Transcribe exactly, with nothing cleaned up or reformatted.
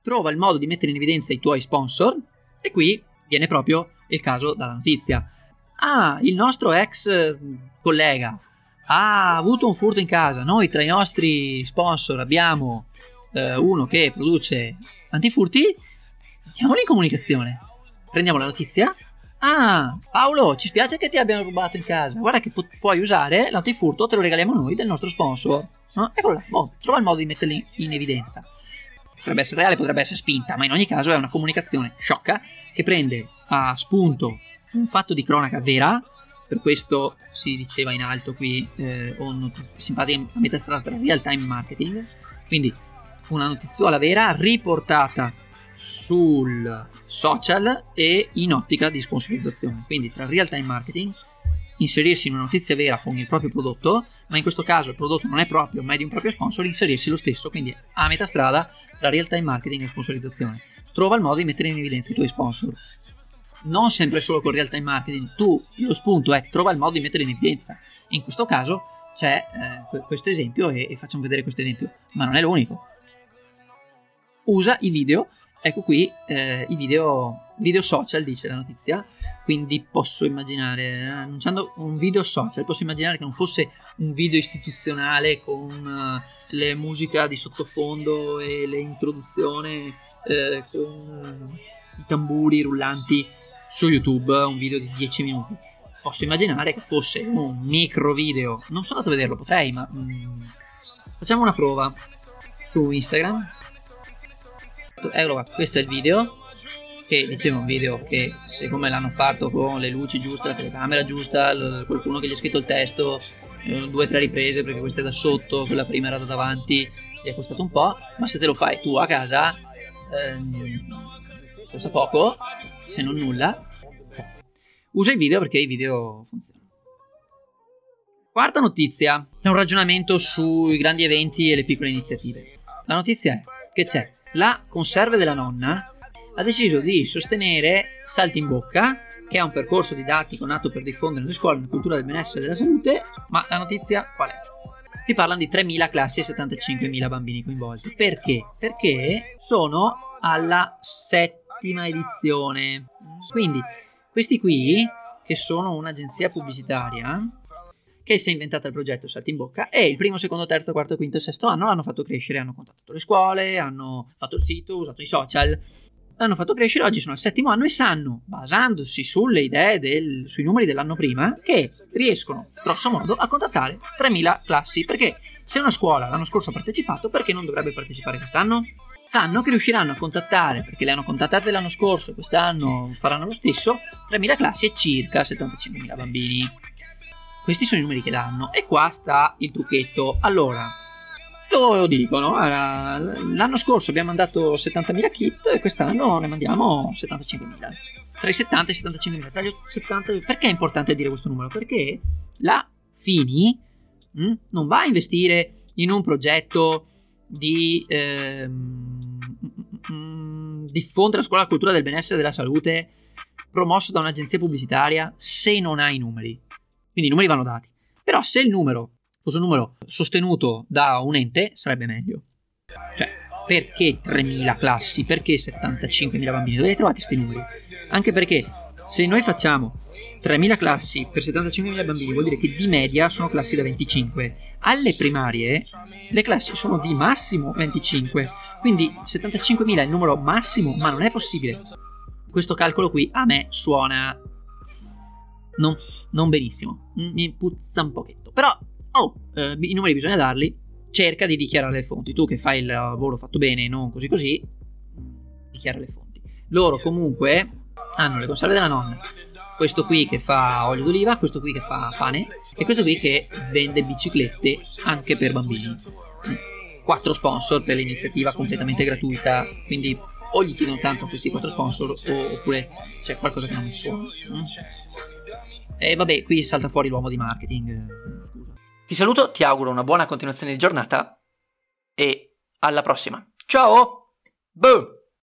trova il modo di mettere in evidenza i tuoi sponsor, e qui viene proprio il caso dalla notizia. Ah, il nostro ex collega ha avuto un furto in casa, noi tra i nostri sponsor abbiamo eh, uno che produce antifurti, mettiamolo in comunicazione, prendiamo la notizia. Ah, Paolo, ci spiace che ti abbiano rubato in casa, guarda che pu- puoi usare l'antifurto, te lo regaliamo noi del nostro sponsor, no? Eccolo là, boh, trova il modo di metterli in evidenza. Potrebbe essere reale, potrebbe essere spinta, ma in ogni caso è una comunicazione sciocca che prende a spunto un fatto di cronaca vera. Per questo si diceva in alto qui eh, o not- simpatiche a metà strada tra real time marketing, quindi una notiziola vera riportata sul social e in ottica di sponsorizzazione. Quindi tra real time marketing, inserirsi in una notizia vera con il proprio prodotto, ma in questo caso il prodotto non è proprio ma è di un proprio sponsor, inserirsi lo stesso, quindi a metà strada tra real time marketing e sponsorizzazione. Trova il modo di mettere in evidenza i tuoi sponsor. Non sempre solo con real time marketing, tu lo spunto è trova il modo di mettere in evidenza. In questo caso c'è eh, questo esempio e, e facciamo vedere questo esempio, ma non è l'unico. Usa i video, ecco qui eh, i video, video social, dice la notizia, quindi posso immaginare, eh, annunciando un video social, posso immaginare che non fosse un video istituzionale con uh, le musica di sottofondo e le introduzioni eh, con uh, i tamburi rullanti su YouTube, un video di dieci minuti. Posso immaginare che fosse un micro video, non sono andato a vederlo, potrei, ma mm, facciamo una prova su Instagram. Ecco, questo è il video, che dicevo un video che siccome l'hanno fatto con le luci giuste, la telecamera giusta, l- qualcuno che gli ha scritto il testo, eh, due o tre riprese perché questa è da sotto, quella prima era da davanti, gli è costato un po', ma se te lo fai tu a casa ehm, costa poco, se non nulla. Usa i video perché i video funzionano. Quarta notizia, è un ragionamento sui grandi eventi e le piccole iniziative. La notizia è che c'è la Conserve della Nonna ha deciso di sostenere Salti in Bocca, che è un percorso didattico nato per diffondere nelle scuole una cultura del benessere e della salute. Ma la notizia qual è? Vi parlano di tremila classi e settantacinquemila bambini coinvolti. Perché? Perché sono alla settima edizione. Quindi questi qui, che sono un'agenzia pubblicitaria che si è inventata il progetto Salti in Bocca, e il primo, secondo, terzo, quarto, quinto e sesto anno l'hanno fatto crescere, hanno contattato le scuole, hanno fatto il sito, usato i social, l'hanno fatto crescere. Oggi sono al settimo anno e sanno, basandosi sulle idee del, sui numeri dell'anno prima, che riescono grosso modo a contattare tremila classi, perché se una scuola l'anno scorso ha partecipato, perché non dovrebbe partecipare quest'anno? Sanno che riusciranno a contattare, perché le hanno contattate l'anno scorso e quest'anno faranno lo stesso, tremila classi e circa settantacinquemila bambini. Questi sono i numeri che danno, e qua sta il trucchetto. Allora, lo dicono, l'anno scorso abbiamo mandato settantamila kit e quest'anno ne mandiamo settantacinquemila. Tra i settanta e i settantacinquemila, tra gli settanta. Perché è importante dire questo numero? Perché la Fini mh, non va a investire in un progetto di ehm, mh, diffondere a scuola la cultura del benessere e della salute promosso da un'agenzia pubblicitaria se non ha i numeri. Quindi i numeri vanno dati. Però se il numero fosse un numero sostenuto da un ente, sarebbe meglio. Cioè, perché tremila classi? Perché settantacinquemila bambini? Dove hai trovato questi numeri? Anche perché se noi facciamo tremila classi per settantacinquemila bambini, vuol dire che di media sono classi da venticinque. Alle primarie le classi sono di massimo venticinque. Quindi settantacinquemila è il numero massimo, ma non è possibile. Questo calcolo qui a me suona Non, non benissimo, mi puzza un pochetto. Però, oh, eh, i numeri bisogna darli. Cerca di dichiarare le fonti. Tu che fai il lavoro fatto bene, non così così, dichiara le fonti. Loro comunque hanno le conserve della nonna, questo qui che fa olio d'oliva, questo qui che fa pane e questo qui che vende biciclette anche per bambini. Quattro sponsor per l'iniziativa completamente gratuita, quindi o gli chiedono tanto a questi quattro sponsor o, oppure c'è qualcosa che non suona. E vabbè, qui salta fuori l'uomo di marketing. Scusa. Ti saluto, ti auguro una buona continuazione di giornata e alla prossima. Ciao! Boom!